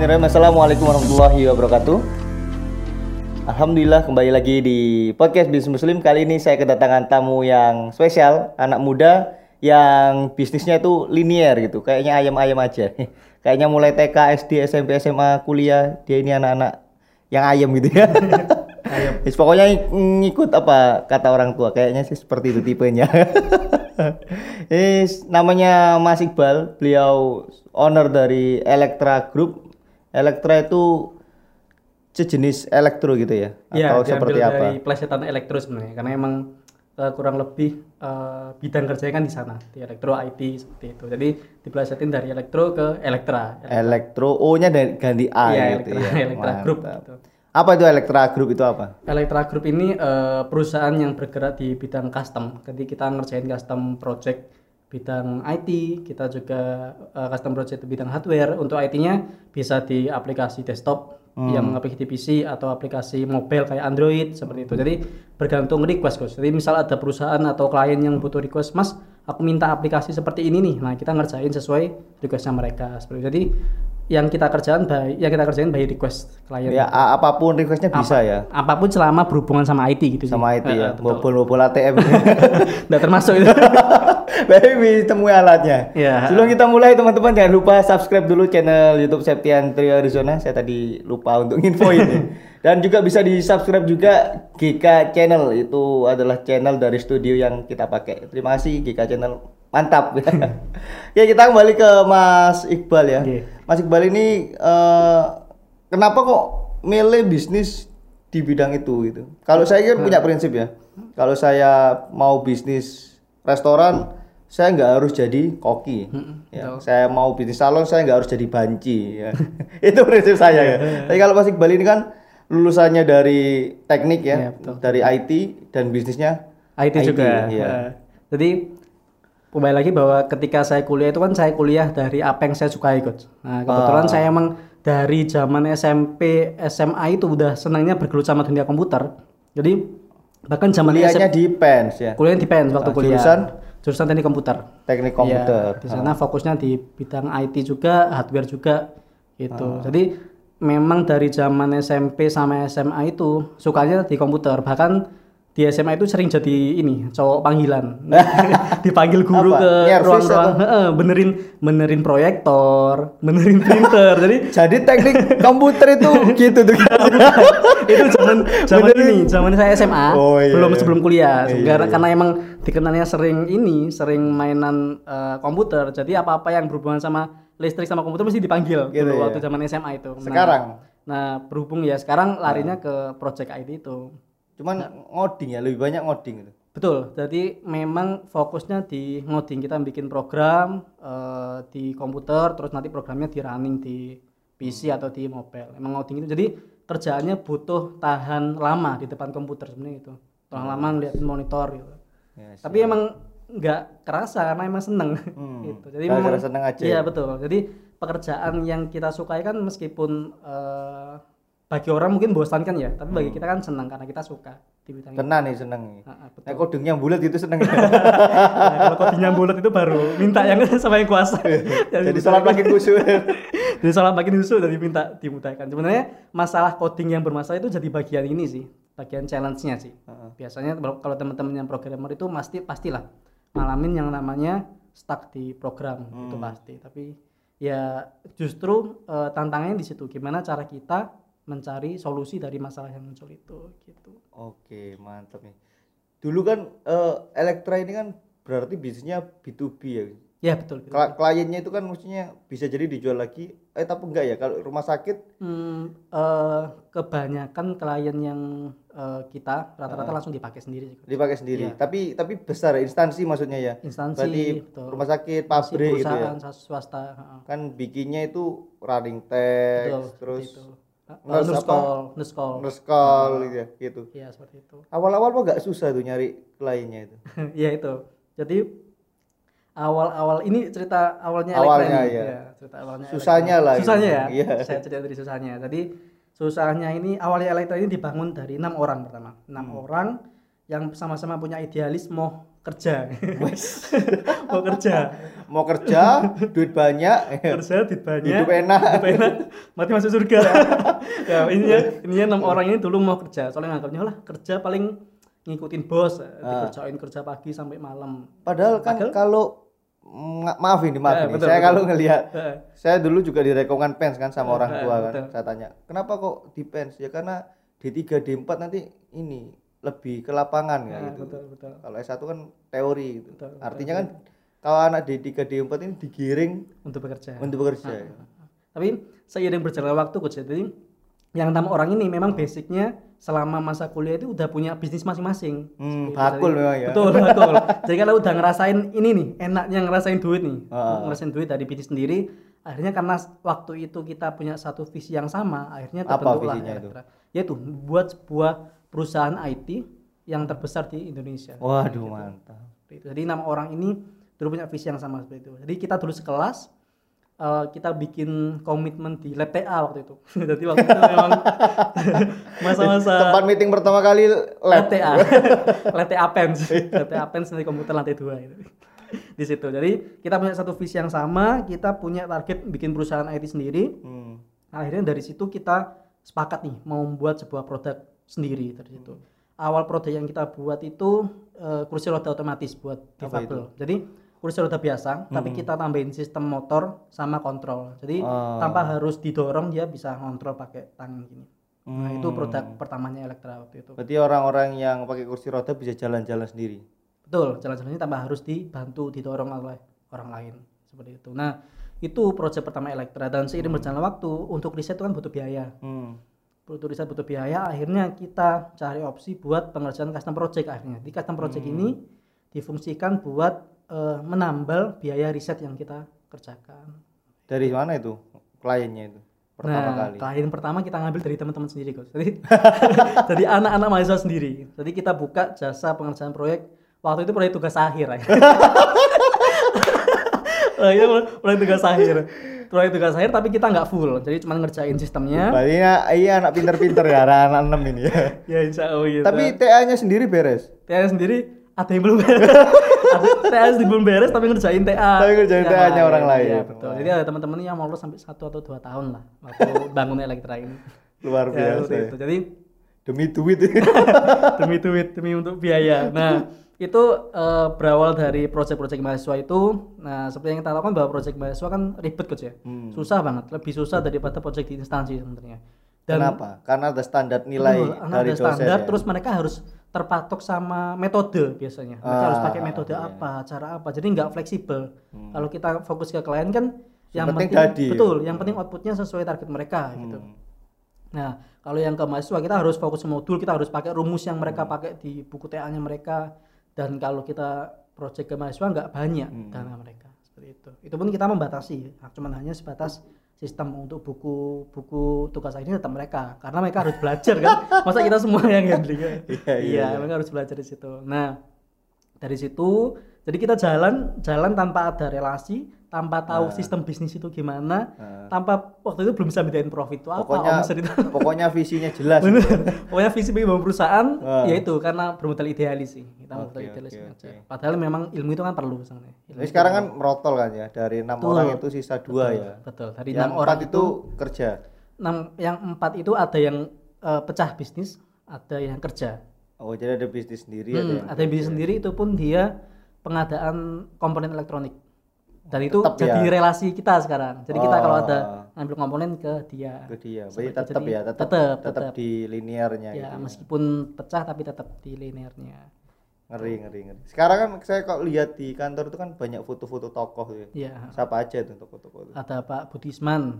Bismillahirrahmanirrahim. Assalamualaikum warahmatullahi wabarakatuh. Alhamdulillah kembali lagi di podcast Bisnis Muslim. Kali ini saya kedatangan tamu yang spesial, anak muda yang bisnisnya itu linier gitu. Kayaknya ayam-ayam aja. Kayaknya mulai TK, SD, SMP, SMA, kuliah, dia ini anak-anak yang ayam gitu ya. Ayam. Pokoknya ngikut apa kata orang tua. Kayaknya sih seperti itu tipenya. Namanya Mas Iqbal. Beliau owner dari Elektra Group. Elektra itu sejenis elektro gitu ya? Atau seperti apa? Dari plesetan elektro sebenarnya, karena emang kurang lebih bidang kerjanya kan di sana, di elektro IT seperti itu. Jadi diplesetin dari elektro ke Elektra. Elektro, O-nya ganti A iya, gitu ya. Elektra Group gitu. Apa itu Elektra Group itu apa? Elektra Group ini perusahaan yang bergerak di bidang custom. Jadi kita ngerjain custom project bidang IT, kita juga custom project di bidang hardware. Untuk IT-nya bisa di aplikasi desktop yang aplikasi PC atau aplikasi mobile kayak Android seperti itu. Jadi bergantung request, Gus. Jadi misal ada perusahaan atau klien yang butuh request, Mas, aku minta aplikasi seperti ini nih. Nah, kita ngerjain sesuai requestnya mereka seperti itu. Jadi yang kita kerjain by request klien. Ya, apapun requestnya bisa ya. Apapun selama berhubungan sama IT gitu. Sama IT ya. Bobol ATM. Nggak termasuk itu. Baby temui alatnya. Ya. Sebelum kita mulai teman-teman jangan lupa subscribe dulu channel YouTube Septian Trio Arizona. Saya tadi lupa untuk infoin. Dan juga bisa di subscribe juga GK Channel. Itu adalah channel dari studio yang kita pakai. Terima kasih GK Channel. Mantap. Ya kita kembali ke Mas Iqbal ya. Okay. Mas Iqbal ini kenapa kok milih bisnis di bidang itu gitu? Kalau saya kan punya prinsip ya. Kalau saya mau bisnis restoran, saya nggak harus jadi koki. Ya. Saya mau bisnis salon, saya nggak harus jadi banci. Ya. Itu prinsip saya ya. Tapi kalau Mas Iqbal ini kan lulusannya dari teknik ya, dari IT dan bisnisnya IT juga. Ya. Jadi kembali lagi bahwa ketika saya kuliah itu kan saya kuliah dari apa yang saya sukai, Coach. Nah, kebetulan saya emang dari zaman SMP, SMA itu udah senangnya bergelut sama dunia komputer. Jadi bahkan zaman kuliahnya di PENS ya. Kuliah di PENS waktu kuliah. Jurusan teknik komputer. Teknik komputer. Ya, di sana fokusnya di bidang IT juga, hardware juga gitu. Jadi memang dari zaman SMP sampai SMA itu sukanya di komputer. Bahkan di SMA itu sering jadi ini cowok panggilan. Dipanggil guru ke ruang-ruang benerin proyektor, benerin printer. Jadi teknik komputer itu gitu tuh. Itu zaman saya SMA, sebelum kuliah. Karena emang dikenalnya sering mainan komputer. Jadi apa-apa yang berhubungan sama listrik sama komputer mesti dipanggil gitu dulu waktu zaman SMA itu. Sekarang nah berhubung ya sekarang larinya ke project ID itu. Cuman ngoding ya, lebih banyak ngoding itu. Betul, jadi memang fokusnya di ngoding. Kita bikin program di komputer, terus nanti programnya di running di PC atau di mobile. Emang ngoding itu, jadi kerjaannya butuh tahan lama di depan komputer sebenarnya itu. Tahan lama ngeliatin monitor gitu. Ya, tapi emang nggak kerasa karena emang seneng. Gitu. Jadi memang seneng aja. Iya betul, jadi pekerjaan yang kita sukai kan meskipun bagi orang mungkin bosankan ya, tapi bagi kita kan senang karena kita suka di bidang itu. Nih seneng. Nah, kodingnya bulat itu seneng. Nah, kalau kodingnya bulat itu baru minta yang sama yang kuasa. Jadi sholat makin khusyuk. Jadi sholat makin khusyuk dan minta dimudahkan. Sebenarnya masalah coding yang bermasalah itu jadi bagian ini sih, bagian challenge-nya sih. Biasanya kalau teman-teman yang programmer itu pastilah ngalamin yang namanya stuck di program itu pasti. Tapi ya justru tantangannya di situ. Gimana cara kita mencari solusi dari masalah yang muncul itu gitu. Oke, mantap nih. Dulu kan Elektra ini kan berarti bisnisnya B2B ya. Ya betul. Kliennya itu kan mestinya bisa jadi dijual lagi. Tapi enggak ya kalau rumah sakit? Kebanyakan klien yang kita rata-rata langsung dipakai sendiri. Dipakai sendiri. Ya. Tapi besar instansi maksudnya ya. Instansi. Berarti betul. Rumah sakit, pabrik gitu ya. Perusahaan swasta. Kan bikinnya itu running test, betul, terus nurse call gitu. Iya seperti itu. Awal-awal kok nggak susah tuh nyari kliennya itu. Iya itu. Jadi awal-awal ini cerita awalnya ya. Cerita awalnya susahnya Elektra. lah. Susahnya ya. Iya. Saya cerita dari susahnya. Jadi susahnya ini awalnya Elektra ini dibangun dari 6 orang pertama. 6 orang yang sama-sama punya idealis mau kerja. Mau kerja. Mau kerja, duit banyak, Kerja duit banyak. hidup enak. Hidup enak, mati masuk surga. Ya, ininya 6 orang ini dulu mau kerja. Soalnya nganggapnya lah kerja paling ngikutin bos, dikerjain kerja pagi sampai malam. Padahal kan kalau maaf ini, Betul, saya betul. kalau ngelihat, saya dulu juga direkomkan pens kan sama orang tua kan. betul. Saya tanya, kenapa kok di pens? Ya karena D3 D4 nanti ini lebih ke lapangan ya gitu. Betul. Kalau S1 kan teori gitu. Betul, Artinya kan kalau anak D3 D4 ini digiring Untuk bekerja. untuk bekerja. Tapi seiring berjalannya waktu Coach, jadi yang 6 orang ini memang basicnya selama masa kuliah itu udah punya bisnis masing-masing. Bakul Jadi, memang ya. Betul. Jadi kalau udah ngerasain ini nih, enaknya ngerasain duit nih. Ngerasain duit dari bisnis sendiri, akhirnya karena waktu itu kita punya satu visi yang sama, akhirnya terbentuklah visinya itu? Elektra. Yaitu buat sebuah perusahaan IT yang terbesar di Indonesia. Waduh, mantap. Jadi 6 orang ini dulu punya visi yang sama seperti itu. Jadi kita dulu sekelas, kita bikin komitmen di lab TA waktu itu. Jadi waktu itu memang masa-masa Tempat meeting pertama kali lab TA. Lab TA Pens. Lab TA Pens dari komputer lantai 2 itu. Di situ. Jadi kita punya satu visi yang sama, kita punya target bikin perusahaan IT sendiri. Akhirnya dari situ kita sepakat nih mau membuat sebuah produk sendiri dari situ. Awal produk yang kita buat itu kursi roda otomatis buat difabel. Jadi kursi roda biasa, tapi kita tambahin sistem motor sama kontrol. Jadi tanpa harus didorong dia bisa ngontrol pakai tangan gini. Nah, itu produk pertamanya Elektra waktu itu. Berarti orang-orang yang pakai kursi roda bisa jalan-jalan sendiri. Betul, jalan-jalannya tanpa harus dibantu, didorong oleh orang lain seperti itu. Nah, itu proyek pertama Elektra dan seiring berjalan waktu untuk riset itu kan butuh biaya. Butuh riset, butuh biaya, akhirnya kita cari opsi buat pengerjaan custom project akhirnya. Di custom project ini difungsikan buat menambal biaya riset yang kita kerjakan. Dari mana itu kliennya itu pertama kali? Klien pertama kita ngambil dari teman-teman sendiri, Coach. Jadi dari anak-anak mahasiswa sendiri. Jadi kita buka jasa pengerjaan proyek. Waktu itu proyek tugas akhir. Proyek tugas akhir. Proyek tugas akhir tapi kita nggak full. Jadi cuma ngerjain sistemnya. Berarti iya anak pinter-pinter ya, anak 6 ini ya. Ya insya Allah gitu. Tapi TA-nya sendiri beres. TA sendiri ada yang belum beres. TA sendiri belum beres tapi ngerjain TA. Tapi ngerjain TA-nya orang lain. Iya betul. Jadi ada teman-teman yang mau lulus sampai 1 atau 2 tahun lah waktu bangun Elektra ini. Luar biasa. Ya, itu. Jadi demi duit. demi duit, demi untuk biaya. Nah, itu berawal dari proyek-proyek mahasiswa itu. Nah, seperti yang kita tahu kan bahwa proyek mahasiswa kan ribet Coach ya. Susah banget, lebih susah daripada proyek di instansi sebenarnya. Dan kenapa? Karena ada standar nilai dari ada standar, dosen. terus mereka harus terpatok sama metode biasanya. Mereka harus pakai metode apa, cara apa. Jadi nggak fleksibel. Kalau kita fokus ke klien kan yang penting betul, yang penting outputnya sesuai target mereka gitu. Nah, kalau yang ke mahasiswa kita harus fokus ke modul, kita harus pakai rumus yang mereka pakai di buku TA-nya mereka. Dan kalau kita proyek ke mahasiswa nggak banyak dana mereka seperti itu. Itu pun kita membatasi, cuman hanya sebatas sistem untuk buku tugas akhirnya tetap mereka, karena mereka harus belajar kan. Masa kita semua yang handling kan? Iya, mereka harus belajar di situ. Nah, dari situ jadi kita jalan tanpa ada relasi, tanpa tahu sistem bisnis itu gimana, tanpa waktu itu belum bisa bedain profit itu apa, pokoknya visinya jelas. Pokoknya visi bangun perusahaan yaitu karena bermodal idealis sih. Kita modal idealis aja. Padahal memang ilmu itu kan perlu sebenarnya. Jadi sekarang kan merotol kan ya, dari 6 orang itu sisa 2 ya. Betul. Dari yang 6 orang itu kerja. Yang 4 itu ada yang pecah bisnis, ada yang kerja. Oh, jadi ada bisnis sendiri ada yang bisnis sendiri, itu pun dia pengadaan komponen elektronik. Dan itu tetap jadi ya. relasi kita sekarang. Jadi kita kalau ada ngambil komponen ke dia. Berarti tetap di linearnya ya, gitu. Meskipun pecah tapi tetap di linearnya. Ngeri. Sekarang kan saya kok lihat di kantor itu kan banyak foto-foto tokoh ya. Iya. Siapa aja itu tokoh-tokoh itu? Ada Pak Budisman.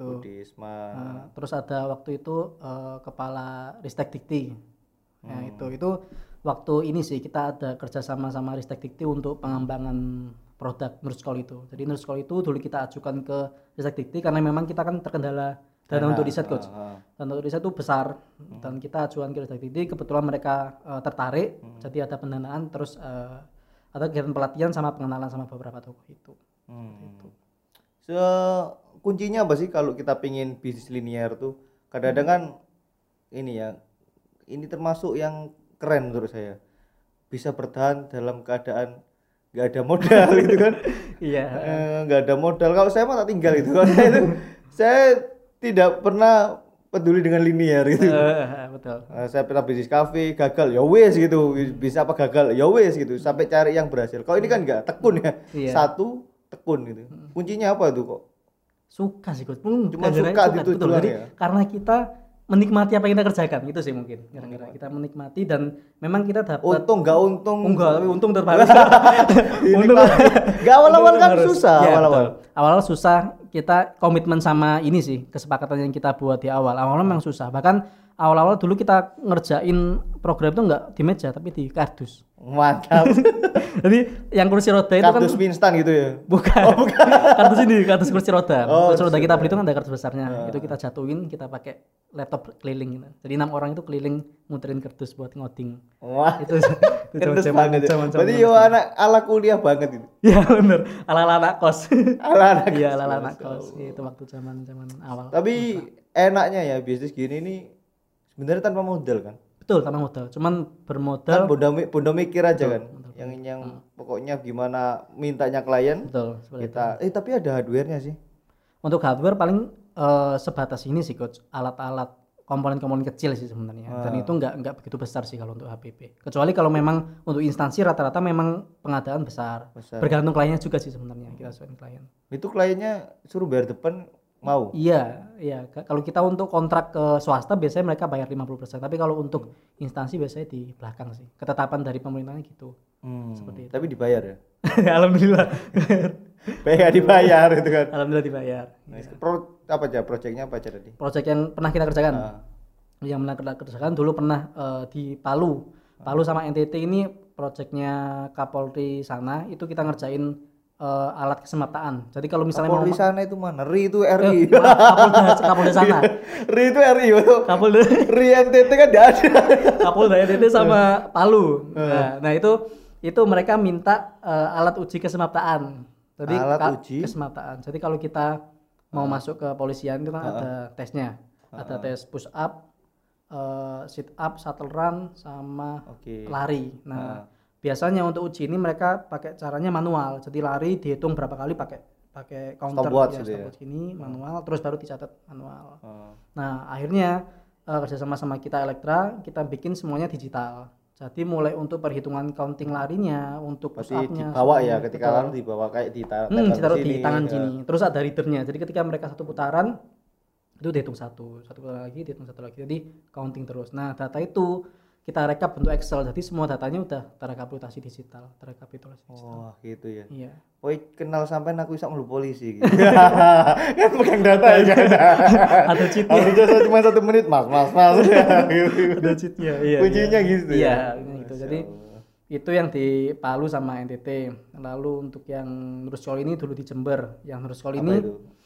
Budisman. Terus ada waktu itu kepala Ristek Dikti. Nah, itu waktu ini sih kita ada kerjasama sama Ristek Dikti untuk pengembangan produk Nurskol itu. Jadi Nurskol itu dulu kita ajukan ke Ristek Dikti karena memang kita kan terkendala dana untuk riset Coach. Dan untuk riset itu besar dan kita ajukan ke Ristek Dikti, kebetulan mereka tertarik, jadi ada pendanaan, terus ada kegiatan pelatihan sama pengenalan sama beberapa tokoh itu. Kuncinya apa sih kalau kita pingin bisnis linear tuh? Kadang-kadang kan ini ya, ini termasuk yang keren menurut saya. bisa bertahan dalam keadaan nggak ada modal gitu kan. Iya. Nggak ada modal. Kalau saya mah tak tinggal itu. Kalau saya tidak pernah peduli dengan linear gitu. Betul. Saya pernah bisnis kafe gagal ya wes gitu, bisa apa gagal ya wes gitu sampai cari yang berhasil. Kalau ini kan enggak, tekun ya. Iya. Satu tekun gitu. Kuncinya apa tuh kok? Suka sih Coach. Cuma suka gitu betul. doang Jadi ya? karena kita menikmati apa yang kita kerjakan gitu sih mungkin. Kira-kira kita menikmati dan memang kita dapat Untung nggak untung. enggak, tapi untung terbalik. Untung Nggak awal-awal kan harus. susah Ya, awal-awal. betul. Awal-awal susah, kita komitmen sama ini sih, kesepakatan yang kita buat di awal. Awalnya memang susah. Bahkan awal-awal dulu kita ngerjain program itu enggak di meja tapi di kardus. Mantap. Jadi yang kursi roda itu kan Kardus mie instan gitu ya. bukan. Kardus ini, kardus kursi roda. Oh, Kursi roda kursi kita roda. beli itu kan ada kardus besarnya. Itu kita jatuhin, kita pakai laptop keliling gitu. Jadi 6 orang itu keliling muterin kardus buat ngoding. Wah, Itu kerdus zaman- banget ya. zaman-zaman Berarti yo anak ala kuliah banget itu. ya bener, ala-ala anak kos. Ala anak Iya, kos. ala-ala anak kos. Itu waktu zaman awal. Tapi enaknya ya bisnis gini nih sebenarnya tanpa modal kan. Betul, tanpa modal. Cuman Kan bermodal. bondo mikir aja kan. Yang pokoknya gimana mintanya klien Betul, seperti kita. Tapi ada hardware-nya sih. Untuk hardware paling sebatas ini sih coach, alat-alat komponen-komponen kecil sih sebenarnya. Dan itu nggak begitu besar sih kalau untuk HPP. Kecuali kalau memang untuk instansi rata-rata memang pengadaan besar. Bergantung kliennya juga sih sebenarnya, kita sesuaiin klien. Itu kliennya suruh bayar depan mau. Iya. Kalau kita untuk kontrak ke swasta biasanya mereka bayar 50%. Tapi kalau untuk instansi biasanya di belakang sih. Ketetapan dari pemerintahnya gitu. Seperti itu. Tapi dibayar ya. Alhamdulillah. Bayar dibayar itu kan. Alhamdulillah dibayar. Nah, apa aja proyeknya apa aja tadi? Project yang pernah kita kerjakan. Yang pernah kita kerjakan dulu pernah di Palu. Palu sama NTT ini projectnya Kapolri sana, itu kita ngerjain alat kesemaptaan. Jadi kalau misalnya Kapolri mau sana itu mana? RI itu RI. Kapolda sana. RI itu RI betul. Kapolda RI NTT kan tidak ada. Kapolda NTT sama Palu. Nah, itu mereka minta alat uji kesemaptaan. Jadi Alat uji kesemaptaan. Jadi kalau kita mau masuk ke polisian itu kan ada tesnya. Ada tes push up, sit up, shuttle run sama lari. Nah, biasanya untuk uji ini mereka pakai caranya manual. Jadi lari dihitung berapa kali pakai counter stopwatch ya, gitu ya. stopwatch ini manual, terus baru dicatat manual. Nah, akhirnya kerjasama sama kita Elektra, kita bikin semuanya digital. Jadi mulai untuk perhitungan counting larinya, untuk push Pasti up-nya dibawa ya, semuanya, ketika betul. lalu dibawa kayak Ditaruh di tangan ya. sini. Terus ada readernya. Jadi ketika mereka satu putaran itu dihitung satu putaran lagi, dihitung satu lagi. Jadi counting terus. Nah, data itu kita rekap bentuk Excel. Jadi semua datanya udah terekapitulasi digital. Oh, gitu ya. Iya. Woi, kenal sampean aku bisa melu polisi gitu. Kan pegang data ya kan. Ada cheatnya. Harusnya saya cuma 1 menit, Mas. Gitu. Ada cheatnya. Iya. Kuncinya gitu ya. Iya, gitu. Jadi itu yang di Palu sama NTT. Lalu untuk yang Nurskol ini dulu di Jember. Yang Nurskol ini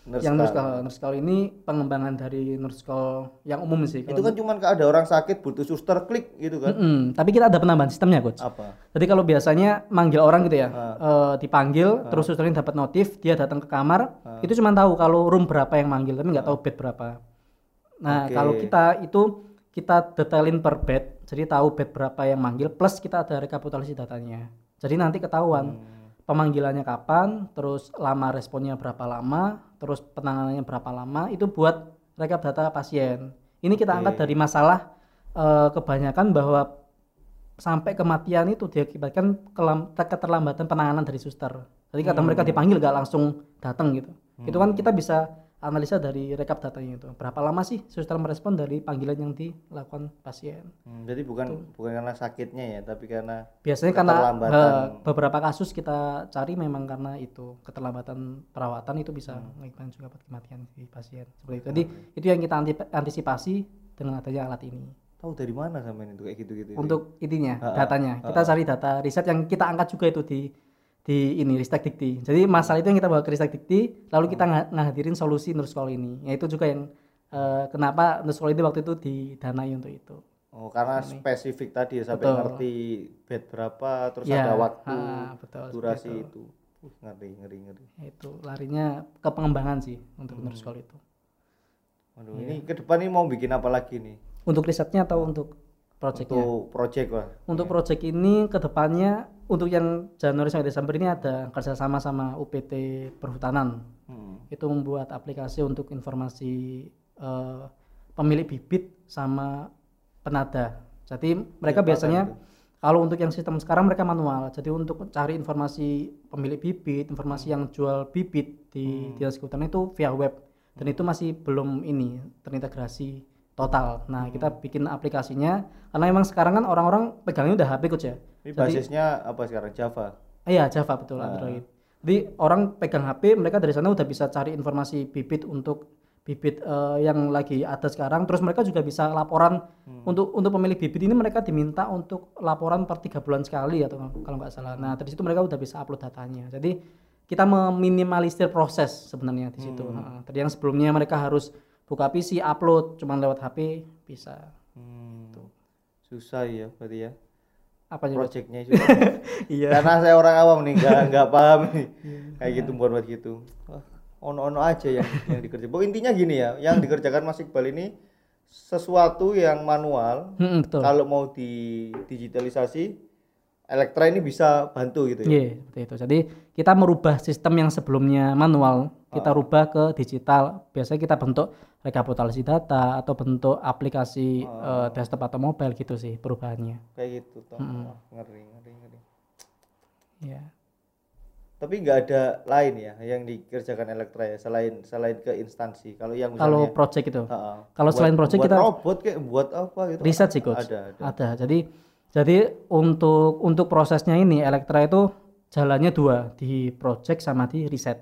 Nurskol ini pengembangan dari Nurskol yang umum sih. Itu kan cuma ada orang sakit butuh suster klik gitu kan. Tapi kita ada penambahan sistemnya, coach. Apa? Jadi kalau biasanya manggil orang gitu ya, dipanggil, terus suster ini dapat notif, dia datang ke kamar, itu cuma tahu kalau room berapa yang manggil, tapi nggak tahu bed berapa. Nah, kalau kita itu kita detailin per bed, jadi tahu bed berapa yang manggil, plus kita ada rekapitulasi datanya. Jadi nanti ketahuan pemanggilannya kapan, terus lama responnya berapa lama, terus penanganannya berapa lama, itu buat rekap data pasien. Ini kita angkat dari masalah kebanyakan bahwa sampai kematian itu diakibatkan keterlambatan penanganan dari suster. Jadi kadang mereka dipanggil gak langsung datang gitu. Itu kan kita bisa analisa dari rekap datanya itu. Berapa lama sih suster merespon dari panggilan yang dilakukan pasien. Jadi bukan karena sakitnya ya, tapi karena biasanya karena beberapa kasus kita cari memang karena itu keterlambatan perawatan itu bisa mengakibatkan juga kematian di pasien. Seperti itu. Jadi itu yang kita antisipasi dengan adanya alat ini. Tahu dari mana sampean itu kayak gitu-gitu? Untuk intinya datanya. Kita cari data riset yang kita angkat juga itu di ini Ristek Dikti. Jadi masalah itu yang kita bawa ke Ristek Dikti, lalu kita ngahadirin solusi Nurskol ini. Ya itu juga yang kenapa Nurskol ini waktu itu didanai untuk itu. Oh, karena spesifik tadi ya, sampai ngerti bed berapa, terus ada waktu, durasi itu. Ngeri. Itu larinya ke pengembangan sih untuk Nurskol itu. Waduh, ini ke depan ini mau bikin apa lagi nih? Untuk risetnya atau untuk projectnya. Untuk project lah. Untuk project ini kedepannya untuk yang Januari sampai Desember ini ada kerjasama sama UPT Perhutanan. Itu membuat aplikasi untuk informasi pemilik bibit sama penada. Jadi mereka biasanya kalau untuk yang sistem sekarang mereka manual. Jadi untuk cari informasi pemilik bibit, informasi yang jual bibit di dinas kehutanan itu via web. Dan itu masih belum ini terintegrasi total. Nah, kita bikin aplikasinya karena memang sekarang kan orang-orang pegangnya udah HP Coach ya. Ini basisnya apa sekarang? Java. Iya, Java betul, Android. Jadi orang pegang HP, mereka dari sana udah bisa cari informasi bibit untuk bibit yang lagi ada sekarang. Terus mereka juga bisa laporan untuk pemilik bibit ini mereka diminta untuk laporan per 3 bulan sekali atau kalau nggak salah. Nah, dari situ mereka udah bisa upload datanya. Jadi kita meminimalisir proses sebenarnya di situ. Tadi yang sebelumnya mereka harus buka PC, upload cuma lewat HP bisa. Susah ya berarti ya. Apa projectnya juga. Iya. Karena saya orang awam nih, nggak paham nih. Kayak gitu buat gitu. Wah, ono aja yang dikerjakan. Pokoknya intinya gini ya, yang dikerjakan Mas Iqbal ini sesuatu yang manual. Betul. Kalau mau di digitalisasi, Elektra ini bisa bantu gitu ya. Iya, seperti itu. Jadi kita merubah sistem yang sebelumnya manual, kita rubah ke digital. Biasanya kita bentuk rekapitulasi data atau bentuk aplikasi desktop atau mobile gitu sih perubahannya. Kayak gitu toh. Wah, ngeri. Iya. Tapi nggak ada lain ya yang dikerjakan Elektra ya selain ke instansi. Kalau yang misalnya Kalau project itu. Kalau selain project buat kita robot kayak buat apa gitu. riset sih Coach. Ada. Jadi untuk prosesnya ini Elektra itu jalannya 2, di project sama di riset.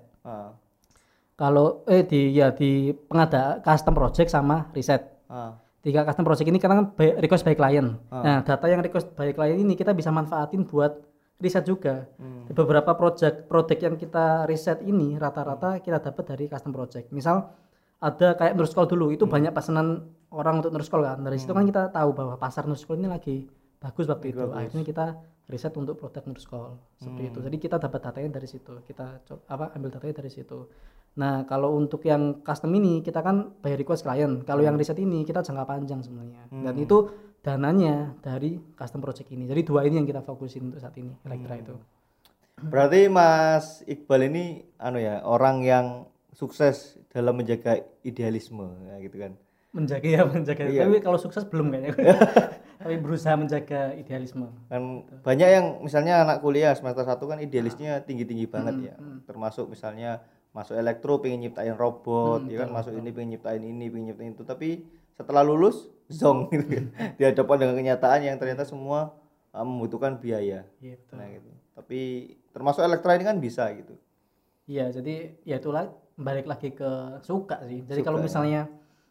Kalau di pengadaan custom project sama riset. Tiga custom project ini karena request by client. Nah, data yang request by client ini kita bisa manfaatin buat riset juga. Beberapa project yang kita riset ini rata-rata kita dapat dari custom project. Misal ada kayak Nurskol dulu, itu banyak pesanan orang untuk Nurskol kan. Dari situ kan kita tahu bahwa pasar Nurskol ini lagi bagus waktu itu. Akhirnya kita riset untuk produk Nurskol seperti itu. Jadi kita dapat datanya dari situ. Kita ambil datanya dari situ. Nah, kalau untuk yang custom ini kita kan by request klien. Kalau yang riset ini kita jangka panjang sebenarnya. Dan itu dananya dari custom project ini. Jadi 2 ini yang kita fokusin untuk saat ini, Elektra itu. Berarti Mas Iqbal ini orang yang sukses dalam menjaga idealisme ya gitu kan. Menjaga. Iya. Tapi kalau sukses belum kayaknya. Tapi berusaha menjaga idealisme. Kan banyak yang misalnya anak kuliah semester 1 kan idealisnya tinggi-tinggi banget ya. Termasuk misalnya masuk elektro pengen nyiptain robot, ya kan masuk ini pengen nyiptain itu, tapi setelah lulus zong gitu kan. Dihadapkan dengan kenyataan yang ternyata semua membutuhkan biaya. Iya, betul. Nah gitu. Tapi termasuk Elektra ini kan bisa gitu. Iya, jadi ya itulah balik lagi ke suka sih. Jadi kalau misalnya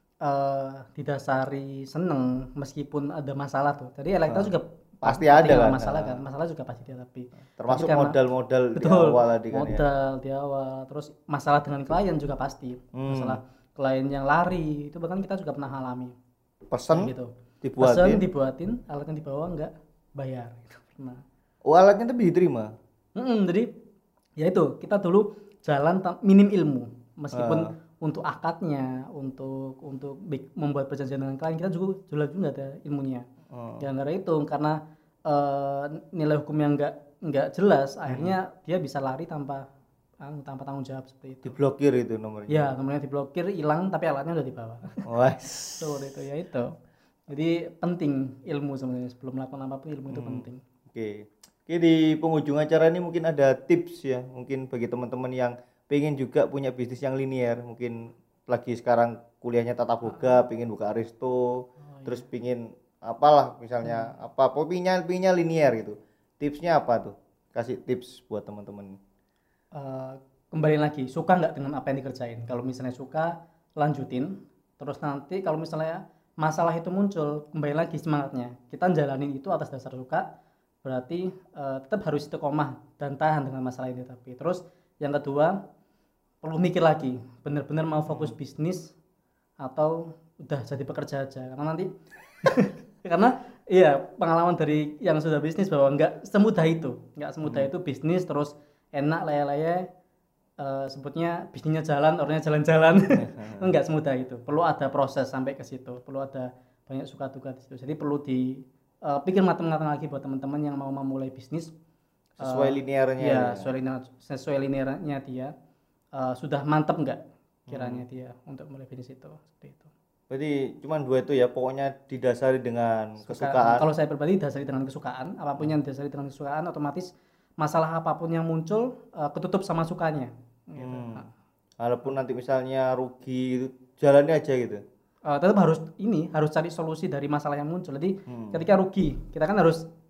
didasari seneng meskipun ada masalah tuh. Jadi Elektra juga pasti ada kan masalah kan. Masalah juga pasti dihadapi. Termasuk modal-modal di awal tadi kan modal di awal. Terus masalah dengan klien juga pasti. Masalah klien yang lari itu bahkan kita juga pernah alami. Pesen gitu. Dibuatin, alatnya dibawa enggak bayar gitu pernah. Oh, alatnya tapi diterima. Jadi ya itu kita dulu jalan minim ilmu meskipun untuk akadnya, untuk membuat perjanjian dengan klien kita juga nggak ada ilmunya. Gara-gara itu karena nilai hukumnya nggak jelas, akhirnya dia bisa lari tanpa tanggung jawab seperti itu. Diblokir itu nomornya. Ya, nomornya diblokir, hilang tapi alatnya udah dibawa. Seperti itu ya itu. Jadi penting ilmu sebenarnya sebelum melakukan apapun ilmu itu penting. Oke, di penghujung acara ini mungkin ada tips ya, mungkin bagi teman-teman yang pengen juga punya bisnis yang linear, mungkin lagi sekarang kuliahnya tata boga, pengen buka Aristo, terus pengen apalah misalnya pokoknya linear gitu. Tipsnya apa tuh? Kasih tips buat teman-teman. Kembali lagi, suka nggak dengan apa yang dikerjain? Kalau misalnya suka, lanjutin. Terus nanti kalau misalnya masalah itu muncul, kembali lagi semangatnya. Kita jalanin itu atas dasar suka, berarti tetap harus istiqomah dan tahan dengan masalah ini. Tapi terus yang kedua, perlu mikir lagi, benar-benar mau fokus bisnis atau udah jadi pekerja aja. Karena nanti karena iya pengalaman dari yang sudah bisnis bahwa nggak semudah itu bisnis terus enak leye-leye sebutnya bisnisnya jalan, orangnya jalan-jalan. Nggak semudah itu, perlu ada proses sampai ke situ, perlu ada banyak suka duka di situ. Jadi perlu pikir matang-matang lagi buat teman-teman yang mau memulai bisnis. Sesuai linearnya. Ya, sesuai linearnya dia. Sudah mantap nggak kiranya dia untuk mulai bisnis itu, seperti itu. Berarti cuma 2 itu ya, pokoknya didasari dengan kesukaan. Kalau saya pribadi didasari dengan kesukaan, apapun yang didasari dengan kesukaan, otomatis masalah apapun yang muncul ketutup sama sukanya. Gitu. Walaupun nanti misalnya rugi itu jalannya aja gitu. Tetap harus cari solusi dari masalah yang muncul. Jadi ketika rugi, kita kan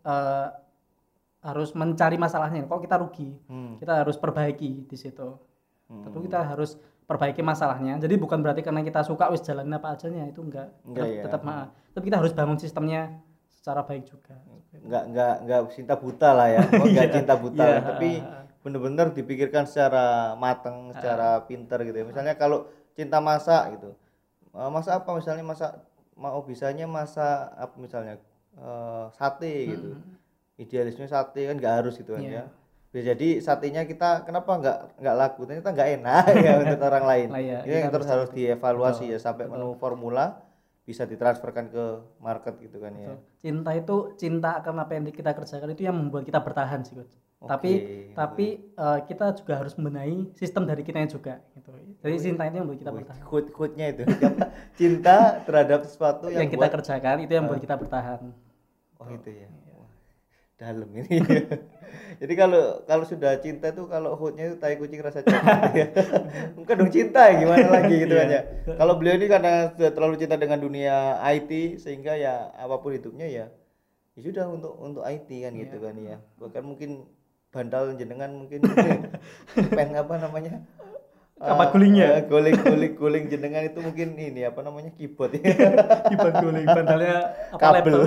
harus mencari masalahnya. Kalau kita rugi, kita harus perbaiki di situ. Tentu kita harus perbaiki masalahnya. Jadi bukan berarti karena kita suka wis jalanin apa ajanya, itu enggak tetap tapi kita harus bangun sistemnya secara baik juga. Enggak cinta buta lah ya. Enggak cinta buta lah, tapi benar-benar dipikirkan secara matang, secara pintar gitu ya. Misalnya kalau cinta masak gitu. Masak apa misalnya, bisanya masak apa misalnya sate gitu. Idealisme sate kan enggak harus gitu kan ya. Jadi satenya kita kenapa nggak laku, ternyata nggak enak ya untuk orang lain. Ini yang terus harus dievaluasi ya, sampai menu formula bisa ditransferkan ke market gitu kan ya. Cinta itu cinta akan apa yang kita kerjakan itu yang membuat kita bertahan sih, Coach. Tapi kita juga harus membenahi sistem dari kitanya juga gitu. Jadi cinta itu yang membuat kita bertahan. Quote-nya itu cinta terhadap sesuatu yang kita kerjakan itu yang membuat kita bertahan. Oh itu ya. Dalam ini. Jadi kalau sudah cinta tuh, kalau hoodnya itu tai kucing rasa coklat ya. Mungkin dong cinta ya, gimana lagi gitu kan ya. Kalau beliau ini karena sudah terlalu cinta dengan dunia IT sehingga ya apapun hidupnya ya sudah untuk IT kan gitu kan ya. Bahkan mungkin bandal jenengan mungkin pen apa namanya? Apa gulingnya? Guling jenengan itu mungkin ini apa namanya, keyboard ya. Keyboard guling, bandalnya kabel.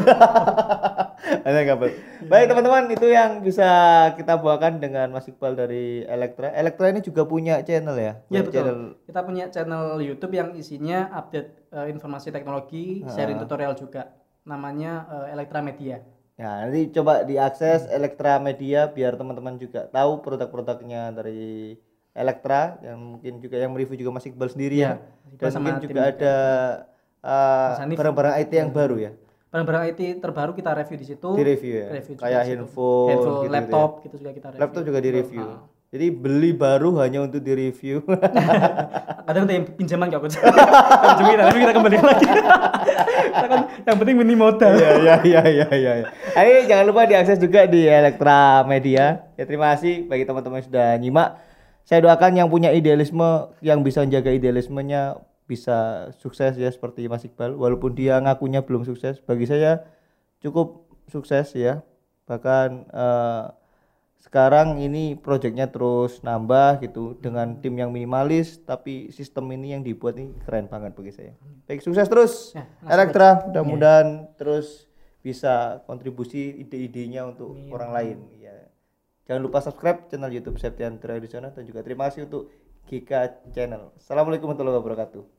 Ada kabel. Baik teman-teman, itu yang bisa kita bawakan dengan Mas Iqbal dari Elektra. Elektra ini juga punya channel ya? Iya betul. Kita punya channel YouTube yang isinya update informasi teknologi, sharing tutorial juga. Namanya Elektra Media. Ya, nanti coba diakses Elektra Media biar teman-teman juga tahu produk-produknya dari Elektra, yang mungkin juga yang mereview juga Mas Iqbal sendiri ya. Dan mungkin juga ada barang-barang IT yang baru ya. Barang-barang IT terbaru kita review di situ. Di review ya. Kayak handphone gitu, laptop gitu juga kita review. Laptop juga di review. Jadi beli baru hanya untuk di review. Kadang ada yang pinjaman enggak Coach. Tapi kita kembali lagi. Kita kan yang penting mini modal. Iya. Ayo jangan lupa diakses juga di Elektra Media. Ya terima kasih bagi teman-teman yang sudah nyimak. Saya doakan yang punya idealisme, yang bisa menjaga idealismenya bisa sukses ya seperti Mas Iqbal. Walaupun dia ngakunya belum sukses, bagi saya cukup sukses ya. Bahkan sekarang ini proyeknya terus nambah gitu dengan tim yang minimalis, tapi sistem ini yang dibuat ini keren banget bagi saya. Baik, sukses terus ya, Elektra, mudah-mudahan terus bisa kontribusi ide-idenya untuk orang lain ya. Jangan lupa subscribe channel YouTube Septian Triarisona, dan juga terima kasih untuk Gika Channel. Assalamualaikum warahmatullahi wabarakatuh.